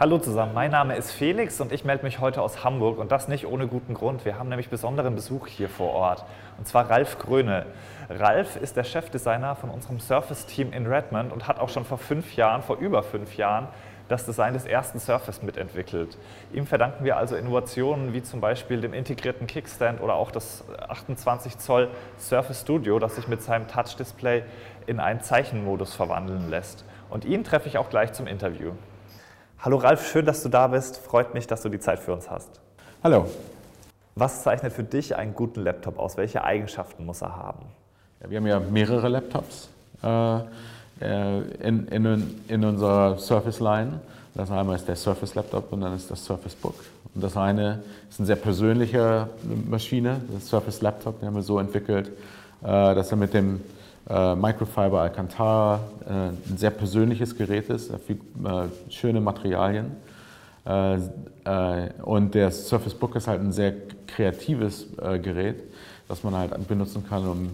Hallo zusammen, mein Name ist Felix und ich melde mich heute aus Hamburg und das nicht ohne guten Grund. Wir haben nämlich besonderen Besuch hier vor Ort und zwar Ralf Gröne. Ralf ist der Chefdesigner von unserem Surface-Team in Redmond und hat auch schon vor über 5 Jahren, das Design des ersten Surface mitentwickelt. Ihm verdanken wir also Innovationen wie zum Beispiel dem integrierten Kickstand oder auch das 28 Zoll Surface Studio, das sich mit seinem Touch-Display in einen Zeichenmodus verwandeln lässt. Und ihn treffe ich auch gleich zum Interview. Hallo Ralf, schön, dass du da bist. Freut mich, dass du die Zeit für uns hast. Hallo. Was zeichnet für dich einen guten Laptop aus? Welche Eigenschaften muss er haben? Ja, wir haben ja mehrere Laptops in unserer Surface-Line. Das eine ist der Surface Laptop und dann ist das Surface Book. Und das eine ist eine sehr persönliche Maschine, das Surface Laptop. Den haben wir so entwickelt, dass er mit dem Microfiber Alcantara ein sehr persönliches Gerät ist, viel schöne Materialien. Und der Surface Book ist halt ein sehr kreatives Gerät, das man halt benutzen kann, um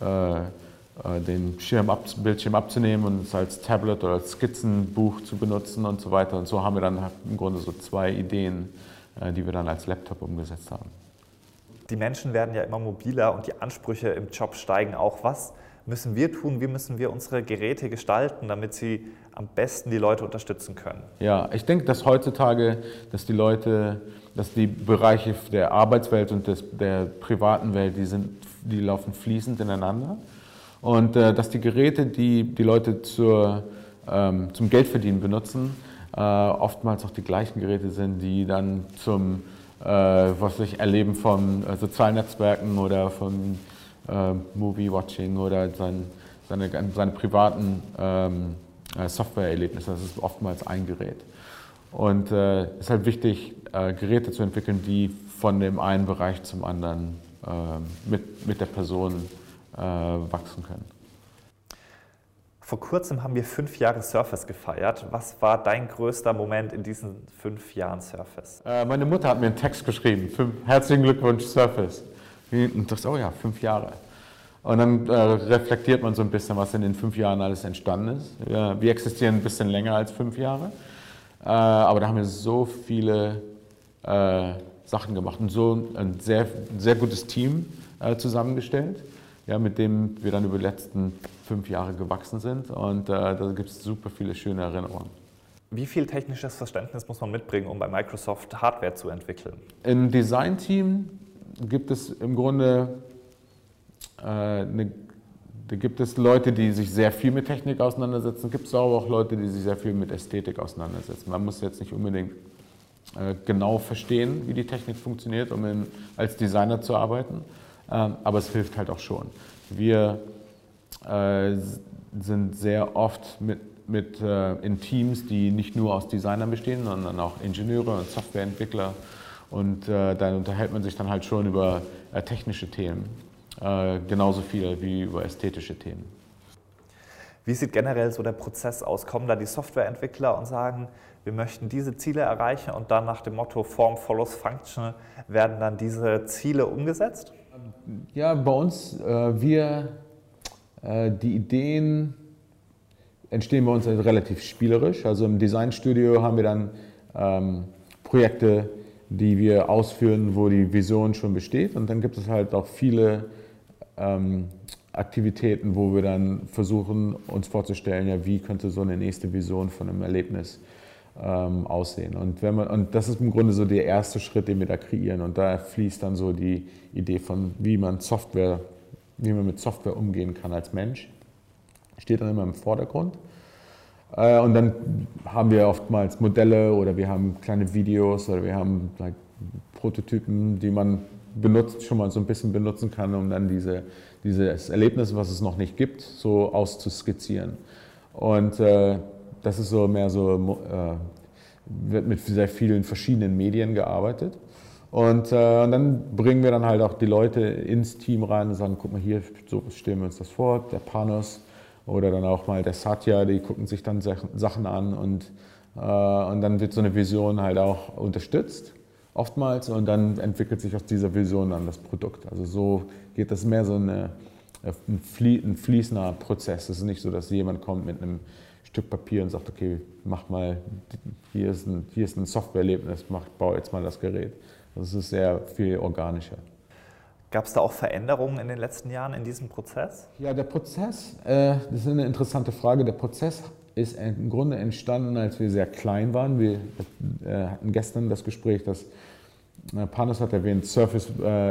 den Bildschirm abzunehmen und es als Tablet oder als Skizzenbuch zu benutzen und so weiter. Und so haben wir dann im Grunde so 2 Ideen, die wir dann als Laptop umgesetzt haben. Die Menschen werden ja immer mobiler und die Ansprüche im Job steigen auch. Was müssen wir tun? Wie müssen wir unsere Geräte gestalten, damit sie am besten die Leute unterstützen können? Ja, ich denke, dass heutzutage, dass die Bereiche der Arbeitswelt und der privaten Welt, die laufen fließend ineinander. Und dass die Geräte, die Leute zum Geldverdienen benutzen, oftmals auch die gleichen Geräte sind, die dann zum Erleben von sozialen Netzwerken oder von Movie-Watching oder seine privaten Software-Erlebnisse. Das ist oftmals ein Gerät. Und es ist halt wichtig, Geräte zu entwickeln, die von dem einen Bereich zum anderen mit der Person wachsen können. Vor kurzem haben wir 5 Jahre Surface gefeiert. Was war dein größter Moment in diesen 5 Jahren Surface? Meine Mutter hat mir einen Text geschrieben. Herzlichen Glückwunsch, Surface. Und das, oh ja, 5 Jahre. Und dann reflektiert man so ein bisschen, was in den 5 Jahren alles entstanden ist. Wir existieren ein bisschen länger als 5 Jahre. Aber da haben wir so viele Sachen gemacht und so ein sehr, sehr gutes Team zusammengestellt, ja, mit dem wir dann über die letzten 5 Jahre gewachsen sind. Und da gibt es super viele schöne Erinnerungen. Wie viel technisches Verständnis muss man mitbringen, um bei Microsoft Hardware zu entwickeln? Im Design-Team gibt es im Grunde da gibt es Leute, die sich sehr viel mit Technik auseinandersetzen, gibt es aber auch Leute, die sich sehr viel mit Ästhetik auseinandersetzen. Man muss jetzt nicht unbedingt genau verstehen, wie die Technik funktioniert, um als Designer zu arbeiten, aber es hilft halt auch schon. Wir sind sehr oft in Teams, die nicht nur aus Designern bestehen, sondern auch Ingenieure und Softwareentwickler. Und dann unterhält man sich dann halt schon über technische Themen, genauso viel wie über ästhetische Themen. Wie sieht generell so der Prozess aus? Kommen da die Softwareentwickler und sagen, wir möchten diese Ziele erreichen und dann nach dem Motto Form follows Function werden dann diese Ziele umgesetzt? Ja, bei uns, die Ideen entstehen bei uns relativ spielerisch. Also im Designstudio haben wir dann Projekte, die wir ausführen, wo die Vision schon besteht. Und dann gibt es halt auch viele Aktivitäten, wo wir dann versuchen, uns vorzustellen, ja, wie könnte so eine nächste Vision von einem Erlebnis aussehen. Und das ist im Grunde so der erste Schritt, den wir da kreieren. Und da fließt dann so die Idee von, wie man mit Software umgehen kann als Mensch. Steht dann immer im Vordergrund. Und dann haben wir oftmals Modelle oder wir haben kleine Videos oder wir haben Prototypen, die man schon mal so ein bisschen benutzen kann, um dann dieses Erlebnis, was es noch nicht gibt, so auszuskizzieren. Und das ist so mehr so, wird mit sehr vielen verschiedenen Medien gearbeitet. Und dann bringen wir dann halt auch die Leute ins Team rein und sagen, guck mal hier, so stellen wir uns das vor, der Panos oder dann auch mal der Satya, die gucken sich dann Sachen an und dann wird so eine Vision halt auch unterstützt. Oftmals und dann entwickelt sich aus dieser Vision dann das Produkt. Also so geht das mehr so ein fließender Prozess. Es ist nicht so, dass jemand kommt mit einem Stück Papier und sagt, okay, mach mal, hier ist ein Softwareerlebnis, bau jetzt mal das Gerät. Das ist sehr viel organischer. Gab es da auch Veränderungen in den letzten Jahren in diesem Prozess? Ja, der Prozess, das ist eine interessante Frage. Der Prozess ist im Grunde entstanden, als wir sehr klein waren. Wir hatten gestern das Gespräch, dass Panos hat erwähnt, Surface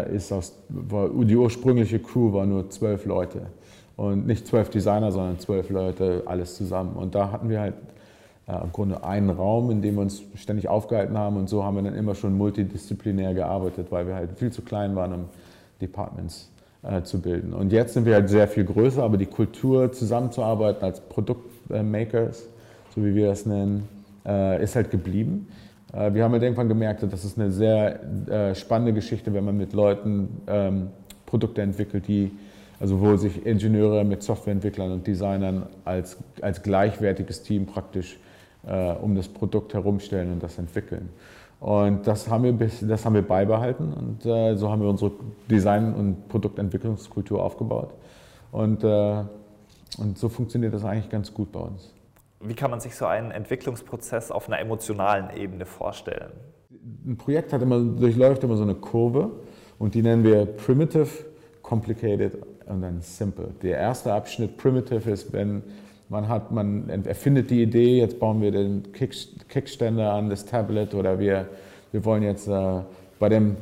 die ursprüngliche Crew war nur 12 Leute. Und nicht 12 Designer, sondern 12 Leute, alles zusammen. Und da hatten wir halt im Grunde einen Raum, in dem wir uns ständig aufgehalten haben. Und so haben wir dann immer schon multidisziplinär gearbeitet, weil wir halt viel zu klein waren, um Departments zu bilden. Und jetzt sind wir halt sehr viel größer, aber die Kultur zusammenzuarbeiten als Produktmakers, so wie wir das nennen, ist halt geblieben. Wir haben halt irgendwann gemerkt, das ist eine sehr spannende Geschichte, wenn man mit Leuten Produkte entwickelt, wo sich Ingenieure mit Softwareentwicklern und Designern als gleichwertiges Team praktisch um das Produkt herumstellen und das entwickeln. Und das haben wir beibehalten und so haben wir unsere Design- und Produktentwicklungskultur aufgebaut. Und so funktioniert das eigentlich ganz gut bei uns. Wie kann man sich so einen Entwicklungsprozess auf einer emotionalen Ebene vorstellen? Ein Projekt durchläuft immer so eine Kurve und die nennen wir Primitive, Complicated und dann Simple. Der erste Abschnitt Primitive ist, wenn man erfindet die Idee, jetzt bauen wir den Kickständer an das Tablet oder wir wollen jetzt bei dem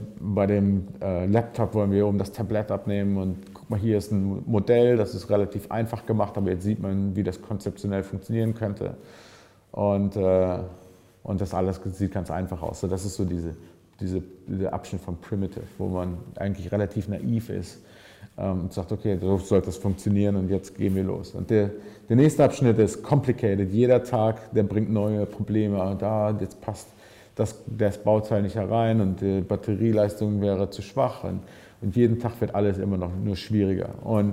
Laptop wollen wir das Tablet abnehmen und guck mal, hier ist ein Modell, das ist relativ einfach gemacht, aber jetzt sieht man, wie das konzeptionell funktionieren könnte. Und das alles sieht ganz einfach aus. So, das ist so dieser Abschnitt von Primitive, wo man eigentlich relativ naiv ist und sagt, okay, so sollte das funktionieren und jetzt gehen wir los. Und der nächste Abschnitt ist Complicated. Jeder Tag, der bringt neue Probleme. Jetzt passt das Bauteil nicht herein und die Batterieleistung wäre zu schwach. Und jeden Tag wird alles immer noch nur schwieriger. Und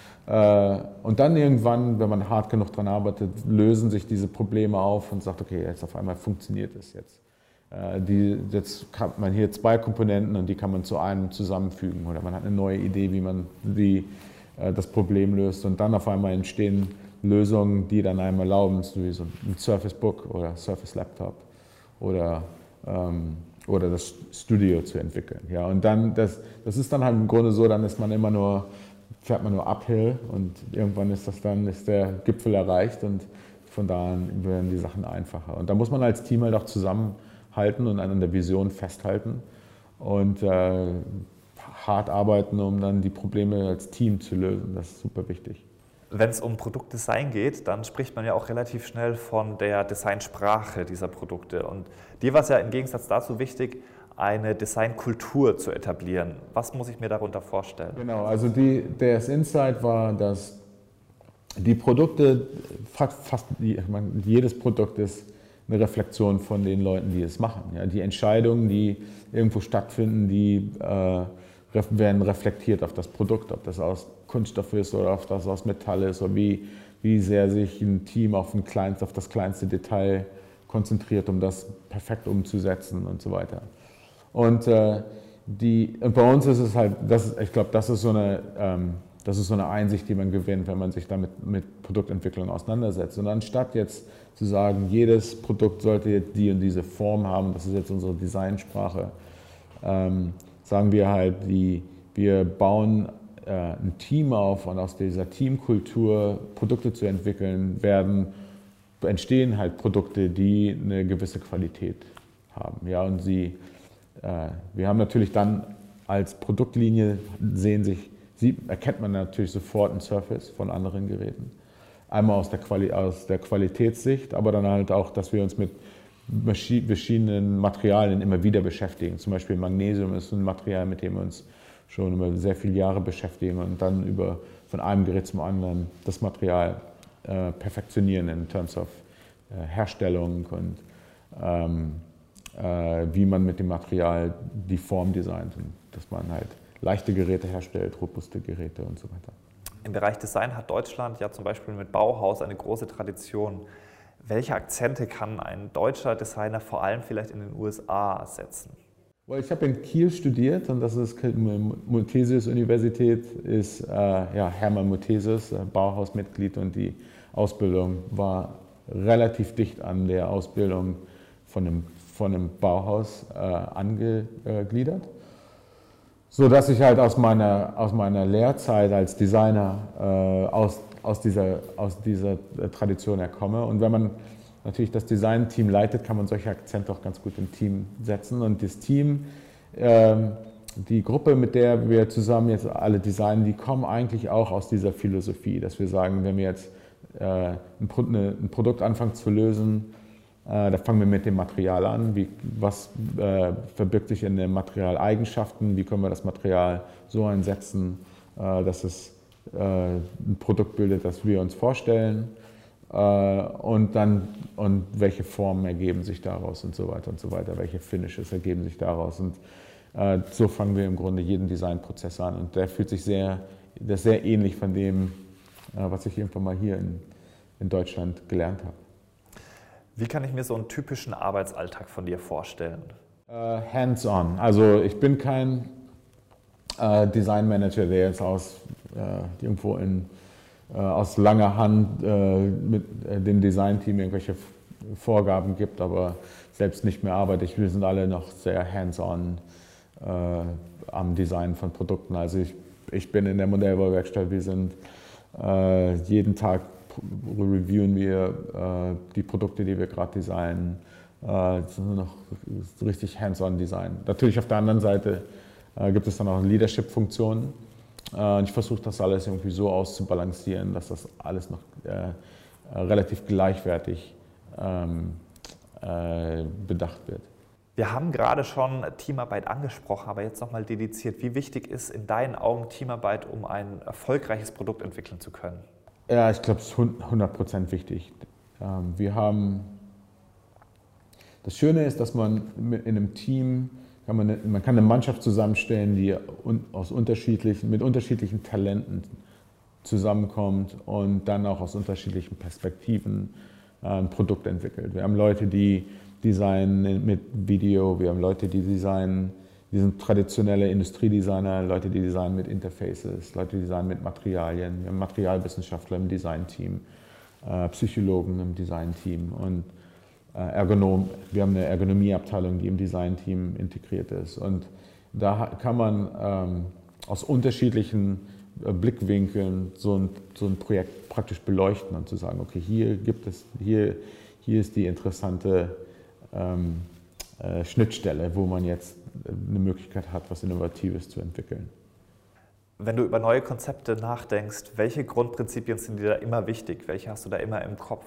dann irgendwann, wenn man hart genug daran arbeitet, lösen sich diese Probleme auf und sagt, okay, jetzt auf einmal funktioniert es jetzt. Jetzt hat man hier 2 Komponenten und die kann man zu einem zusammenfügen oder man hat eine neue Idee, wie man das Problem löst und dann auf einmal entstehen Lösungen, die dann einem erlauben, so wie so ein Surface Book oder Surface Laptop oder das Studio zu entwickeln. Ja, und dann, das ist dann halt im Grunde so, dann fährt man nur uphill und irgendwann ist der Gipfel erreicht und von da an werden die Sachen einfacher. Und da muss man als Team halt auch zusammenhalten und an der Vision festhalten und hart arbeiten, um dann die Probleme als Team zu lösen. Das ist super wichtig. Wenn es um Produktdesign geht, dann spricht man ja auch relativ schnell von der Designsprache dieser Produkte. Und dir war es ja im Gegensatz dazu wichtig, eine Designkultur zu etablieren. Was muss ich mir darunter vorstellen? Genau, also das Insight war, dass die Produkte, jedes Produkt ist eine Reflexion von den Leuten, die es machen. Ja, die Entscheidungen, die irgendwo stattfinden, die werden reflektiert auf das Produkt, ob das aus Kunststoff ist oder ob das aus Metall ist oder wie sehr sich ein Team auf das kleinste Detail konzentriert, um das perfekt umzusetzen und so weiter. Und bei uns ist es halt, ich glaube, das ist so eine Einsicht, die man gewinnt, wenn man sich damit mit Produktentwicklung auseinandersetzt. Und anstatt jetzt zu sagen, jedes Produkt sollte jetzt die und diese Form haben, das ist jetzt unsere Designsprache, sagen wir halt, wir bauen ein Team auf und aus dieser Teamkultur Produkte zu entwickeln, entstehen halt Produkte, die eine gewisse Qualität haben. Ja, und wir haben natürlich dann als Produktlinie erkennt man natürlich sofort ein Surface von anderen Geräten. Einmal aus der Qualitätssicht, aber dann halt auch, dass wir uns mit verschiedenen Materialien immer wieder beschäftigen. Zum Beispiel Magnesium ist ein Material, mit dem wir uns schon über sehr viele Jahre beschäftigen und dann von einem Gerät zum anderen das Material perfektionieren in terms of Herstellung und wie man mit dem Material die Form designt und dass man halt leichte Geräte herstellt, robuste Geräte und so weiter. Im Bereich Design hat Deutschland ja zum Beispiel mit Bauhaus eine große Tradition. Welche Akzente kann ein deutscher Designer vor allem vielleicht in den USA setzen? Ich habe in Kiel studiert und das ist Muthesius-Universität, ist Hermann Muthesius, Bauhausmitglied und die Ausbildung war relativ dicht an der Ausbildung von einem Bauhaus angegliedert, sodass ich halt aus meiner Lehrzeit als Designer aus dieser Tradition herkomme. Und wenn man natürlich das Design-Team leitet, kann man solche Akzente auch ganz gut im Team setzen. Und das Team, die Gruppe, mit der wir zusammen jetzt alle designen, die kommen eigentlich auch aus dieser Philosophie, dass wir sagen, wenn wir jetzt ein Produkt anfangen zu lösen, da fangen wir mit dem Material an. Was verbirgt sich in den Materialeigenschaften? Wie können wir das Material so einsetzen, dass es ein Produkt bildet, das wir uns vorstellen? Und welche Formen ergeben sich daraus und so weiter und so weiter. Welche Finishes ergeben sich daraus? Und so fangen wir im Grunde jeden Designprozess an. Und der fühlt sich sehr ähnlich von dem, was ich irgendwann mal hier in Deutschland gelernt habe. Wie kann ich mir so einen typischen Arbeitsalltag von dir vorstellen? Hands-on. Also ich bin kein Designmanager, der jetzt irgendwo aus langer Hand mit dem Designteam irgendwelche Vorgaben gibt, aber selbst nicht mehr arbeitet. Wir sind alle noch sehr hands-on am Design von Produkten. Also ich bin in der Modellbauwerkstatt, wir sind jeden Tag reviewen wir die Produkte, die wir gerade designen. Das ist noch richtig hands-on Design. Natürlich auf der anderen Seite gibt es dann auch Leadership-Funktionen. Ich versuche das alles irgendwie so auszubalancieren, dass das alles noch relativ gleichwertig bedacht wird. Wir haben gerade schon Teamarbeit angesprochen, aber jetzt nochmal dediziert. Wie wichtig ist in deinen Augen Teamarbeit, um ein erfolgreiches Produkt entwickeln zu können? Ja, ich glaube, es ist 100% wichtig. Das Schöne ist, dass man in einem Team, man kann eine Mannschaft zusammenstellen, die mit unterschiedlichen Talenten zusammenkommt und dann auch aus unterschiedlichen Perspektiven ein Produkt entwickelt. Wir haben Leute, die designen mit Video, wir haben Leute, die designen, die sind traditionelle Industriedesigner, Leute, die designen mit Interfaces, Leute, die designen mit Materialien, wir haben Materialwissenschaftler im Designteam, Psychologen im Designteam und Ergonomen. Wir haben eine Ergonomieabteilung, die im Designteam integriert ist. Und da kann man aus unterschiedlichen Blickwinkeln so ein Projekt praktisch beleuchten und zu sagen, okay, hier ist die interessante Schnittstelle, wo man jetzt eine Möglichkeit hat, was Innovatives zu entwickeln. Wenn du über neue Konzepte nachdenkst, welche Grundprinzipien sind dir da immer wichtig? Welche hast du da immer im Kopf?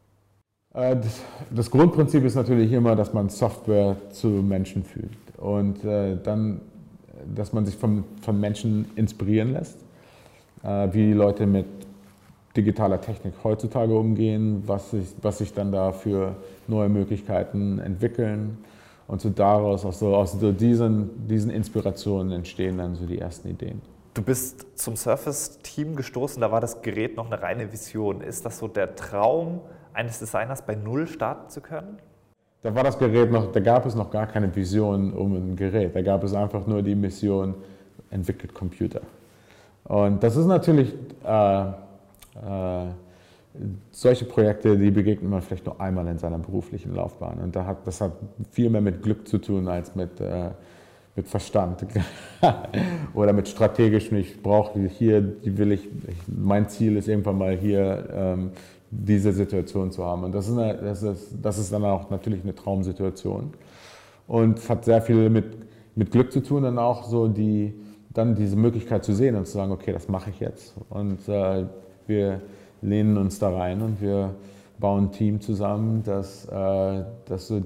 Das Grundprinzip ist natürlich immer, dass man Software zu Menschen fügt und dann, dass man sich von Menschen inspirieren lässt, wie die Leute mit digitaler Technik heutzutage umgehen, was sich dann da für neue Möglichkeiten entwickeln. Und so daraus, aus diesen Inspirationen entstehen dann so die ersten Ideen. Du bist zum Surface-Team gestoßen, da war das Gerät noch eine reine Vision. Ist das so der Traum eines Designers, bei Null starten zu können? Da war das Gerät noch, da gab es noch gar keine Vision um ein Gerät. Da gab es einfach nur die Mission, entwickelt Computer. Und das ist natürlich, solche Projekte, die begegnet man vielleicht nur einmal in seiner beruflichen Laufbahn. Und das hat viel mehr mit Glück zu tun als mit Verstand oder mit strategischem. Mein Ziel ist irgendwann mal hier diese Situation zu haben. Und das ist dann auch natürlich eine Traumsituation. Und es hat sehr viel mit Glück zu tun, dann auch so dann diese Möglichkeit zu sehen und zu sagen, okay, das mache ich jetzt. Und wir lehnen uns da rein und wir bauen ein Team zusammen, das so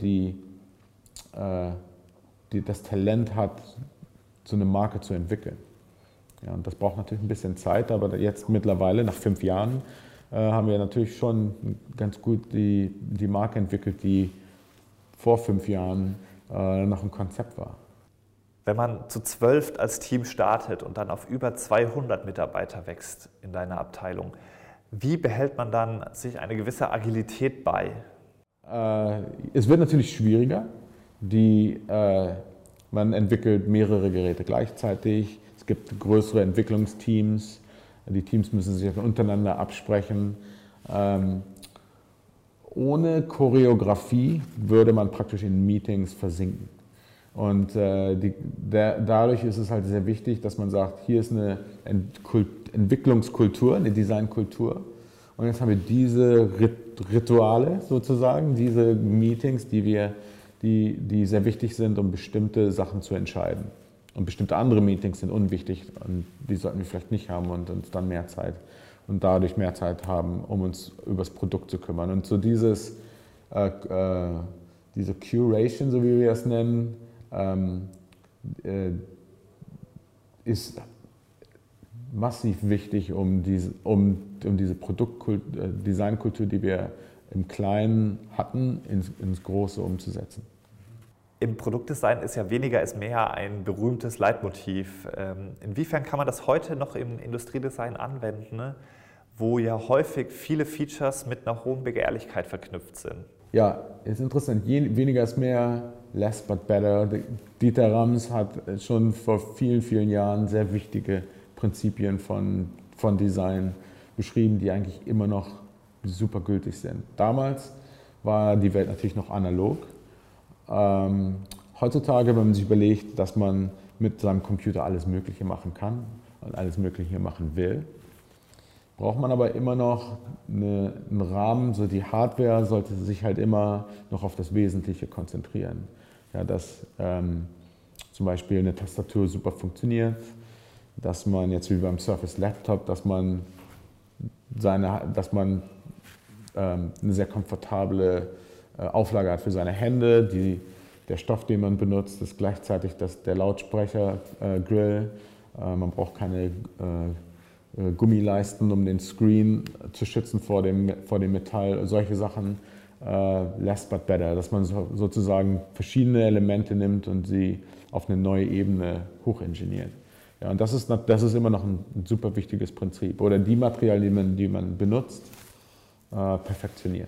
das Talent hat, so eine Marke zu entwickeln. Ja, und das braucht natürlich ein bisschen Zeit, aber jetzt mittlerweile, nach 5 Jahren, haben wir natürlich schon ganz gut die Marke entwickelt, die vor 5 Jahren noch ein Konzept war. Wenn man zu 12 als Team startet und dann auf über 200 Mitarbeiter wächst in deiner Abteilung, wie behält man dann sich eine gewisse Agilität bei? Es wird natürlich schwieriger. Man entwickelt mehrere Geräte gleichzeitig. Es gibt größere Entwicklungsteams. Die Teams müssen sich untereinander absprechen. ohne Choreografie würde man praktisch in Meetings versinken. Und dadurch ist es halt sehr wichtig, dass man sagt, hier ist eine Entwicklungskultur, eine Designkultur. Und jetzt haben wir diese Rituale sozusagen, diese Meetings, die sehr wichtig sind, um bestimmte Sachen zu entscheiden. Und bestimmte andere Meetings sind unwichtig und die sollten wir vielleicht nicht haben und uns dann mehr Zeit und dadurch mehr Zeit haben, um uns über das Produkt zu kümmern. Und so diese Curation, so wie wir es nennen, ist massiv wichtig, um diese Designkultur, die wir im Kleinen hatten, ins Große umzusetzen. Im Produktdesign ist ja weniger ist mehr ein berühmtes Leitmotiv. Inwiefern kann man das heute noch im Industriedesign anwenden, ne? Wo ja häufig viele Features mit einer hohen Begehrlichkeit verknüpft sind? Ja, ist interessant. Weniger ist mehr, less but better. Dieter Rams hat schon vor vielen, vielen Jahren sehr wichtige Prinzipien von Design beschrieben, die eigentlich immer noch super gültig sind. Damals war die Welt natürlich noch analog. Heutzutage, wenn man sich überlegt, dass man mit seinem Computer alles Mögliche machen kann und alles Mögliche machen will, braucht man aber immer noch einen Rahmen, so die Hardware sollte sich halt immer noch auf das Wesentliche konzentrieren. Ja, dass zum Beispiel eine Tastatur super funktioniert, dass man jetzt wie beim Surface Laptop, dass man eine sehr komfortable Auflage hat für seine Hände. Der Stoff, den man benutzt, ist gleichzeitig der Lautsprecher-Grill. Man braucht keine Gummileisten, um den Screen zu schützen vor dem Metall. Solche Sachen, less but better, dass man sozusagen verschiedene Elemente nimmt und sie auf eine neue Ebene hochingeniert. Ja, und das ist immer noch ein super wichtiges Prinzip. Oder die Materialien, die man benutzt, perfektioniert.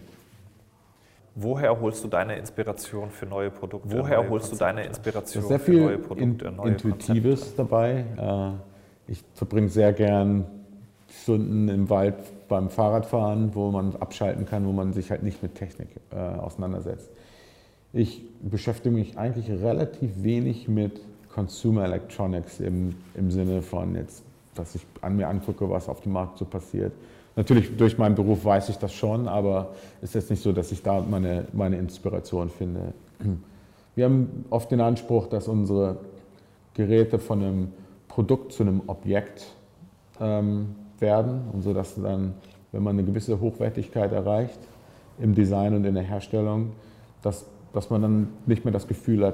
Woher holst du deine Inspiration für neue Produkte? Woher holst du deine Inspiration für neue Produkte? Sehr viel Intuitives dabei. Ich verbringe sehr gern Stunden im Wald beim Fahrradfahren, wo man abschalten kann, wo man sich halt nicht mit Technik auseinandersetzt. Ich beschäftige mich eigentlich relativ wenig mit Consumer Electronics im Sinne von jetzt, dass ich mir angucke, was auf dem Markt so passiert. Natürlich durch meinen Beruf weiß ich das schon, aber es ist jetzt nicht so, dass ich da meine Inspiration finde. Wir haben oft den Anspruch, dass unsere Geräte von einem Produkt zu einem Objekt werden und so, dass dann, wenn man eine gewisse Hochwertigkeit erreicht im Design und in der Herstellung, dass man dann nicht mehr das Gefühl hat,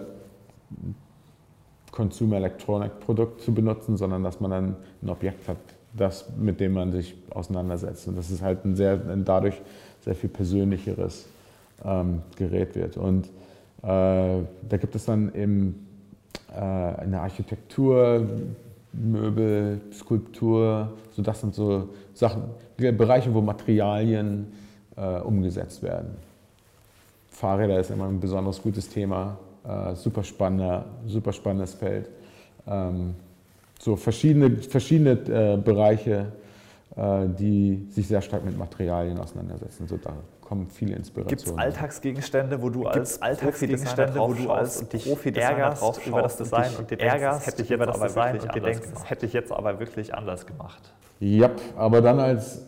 Consumer Electronic Produkt zu benutzen, sondern dass man dann ein Objekt hat, mit dem man sich auseinandersetzt. Und das ist halt ein dadurch sehr viel persönlicheres Gerät wird. Und da gibt es dann in der Architektur, Möbel, Skulptur, das sind so Sachen, Bereiche, wo Materialien umgesetzt werden. Fahrräder ist immer ein besonders gutes Thema, super spannendes Feld. So verschiedene Bereiche, die sich sehr stark mit Materialien auseinandersetzen. So, da kommen viele Inspirationen. Gibt es Alltagsgegenstände, wo du als Profi-Designer ärgerst über das Design und dir denkst, das hätte ich jetzt aber wirklich anders gemacht? Ja, aber dann als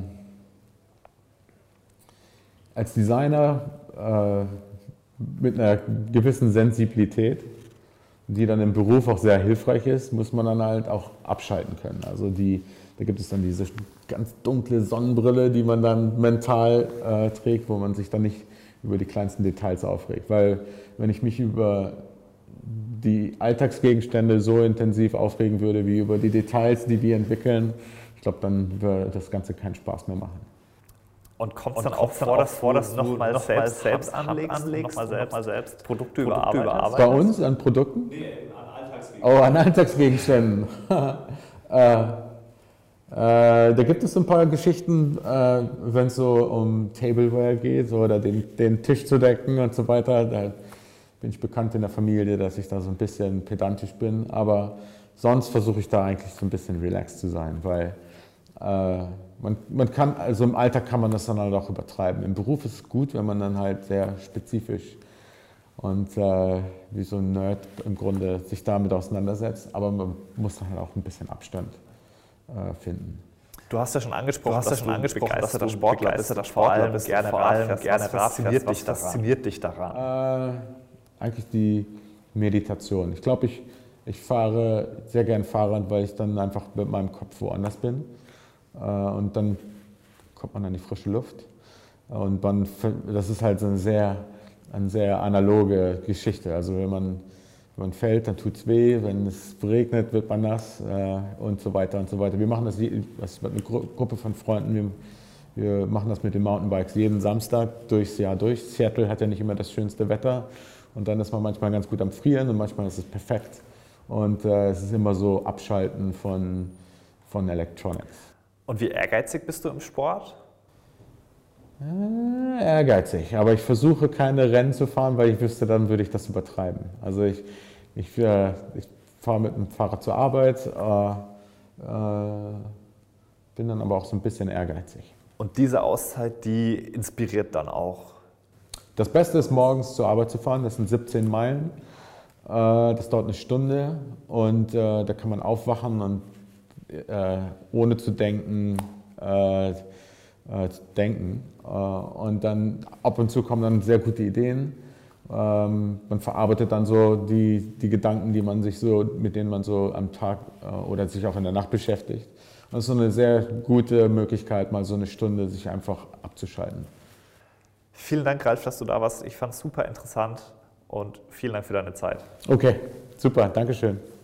Designer mit einer gewissen Sensibilität, die dann im Beruf auch sehr hilfreich ist, muss man dann halt auch abschalten können. Also da gibt es dann diese ganz dunkle Sonnenbrille, die man dann mental trägt, wo man sich dann nicht über die kleinsten Details aufregt. Weil wenn ich mich über die Alltagsgegenstände so intensiv aufregen würde, wie über die Details, die wir entwickeln, ich glaube, dann würde das Ganze keinen Spaß mehr machen. Und kommt es dann auch vor, dass du nochmal selbst anlegst, nochmal selbst Produkte überarbeitest? Bei uns an Produkten? Nee, an Alltagsgegenständen. Oh, an Alltagsgegenständen. Da gibt es ein paar Geschichten, wenn es so um Tableware geht oder den Tisch zu decken und so weiter. Da bin ich bekannt in der Familie, dass ich da so ein bisschen pedantisch bin. Aber sonst versuche ich da eigentlich so ein bisschen relaxed zu sein, weil Man kann, also im Alltag kann man das dann halt auch übertreiben. Im Beruf ist es gut, wenn man dann halt sehr spezifisch und wie so ein Nerd im Grunde sich damit auseinandersetzt, aber man muss dann halt auch ein bisschen Abstand finden. Du hast ja schon angesprochen, dass du begeisterter Sportler bist, vor allem gerne Rad fährst. Was fasziniert dich daran? Eigentlich die Meditation. Ich glaube, ich fahre sehr gern Fahrrad, weil ich dann einfach mit meinem Kopf woanders bin. Und dann kommt man an die frische Luft. Und das ist halt so eine sehr analoge Geschichte. Also wenn man fällt, dann tut es weh. Wenn es regnet, wird man nass und so weiter und so weiter. Wir machen das mit einer Gruppe von Freunden. Wir machen das mit den Mountainbikes jeden Samstag durchs Jahr durch. Seattle hat ja nicht immer das schönste Wetter. Und dann ist man manchmal ganz gut am Frieren und manchmal ist es perfekt. Und es ist immer so Abschalten von Electronics. Und wie ehrgeizig bist du im Sport? Ehrgeizig, aber ich versuche keine Rennen zu fahren, weil ich wüsste, dann würde ich das übertreiben. Also ich fahre mit dem Fahrrad zur Arbeit, bin dann aber auch so ein bisschen ehrgeizig. Und diese Auszeit, die inspiriert dann auch? Das Beste ist, morgens zur Arbeit zu fahren, das sind 17 Meilen. Das dauert eine Stunde und da kann man aufwachen und ohne zu denken, denken. Und dann ab und zu kommen dann sehr gute Ideen. Man verarbeitet dann so die Gedanken, mit denen man so am Tag oder sich auch in der Nacht beschäftigt. Und das ist so eine sehr gute Möglichkeit, mal so eine Stunde sich einfach abzuschalten. Vielen Dank, Ralf, dass du da warst. Ich fand es super interessant und vielen Dank für deine Zeit. Okay, super, Dankeschön.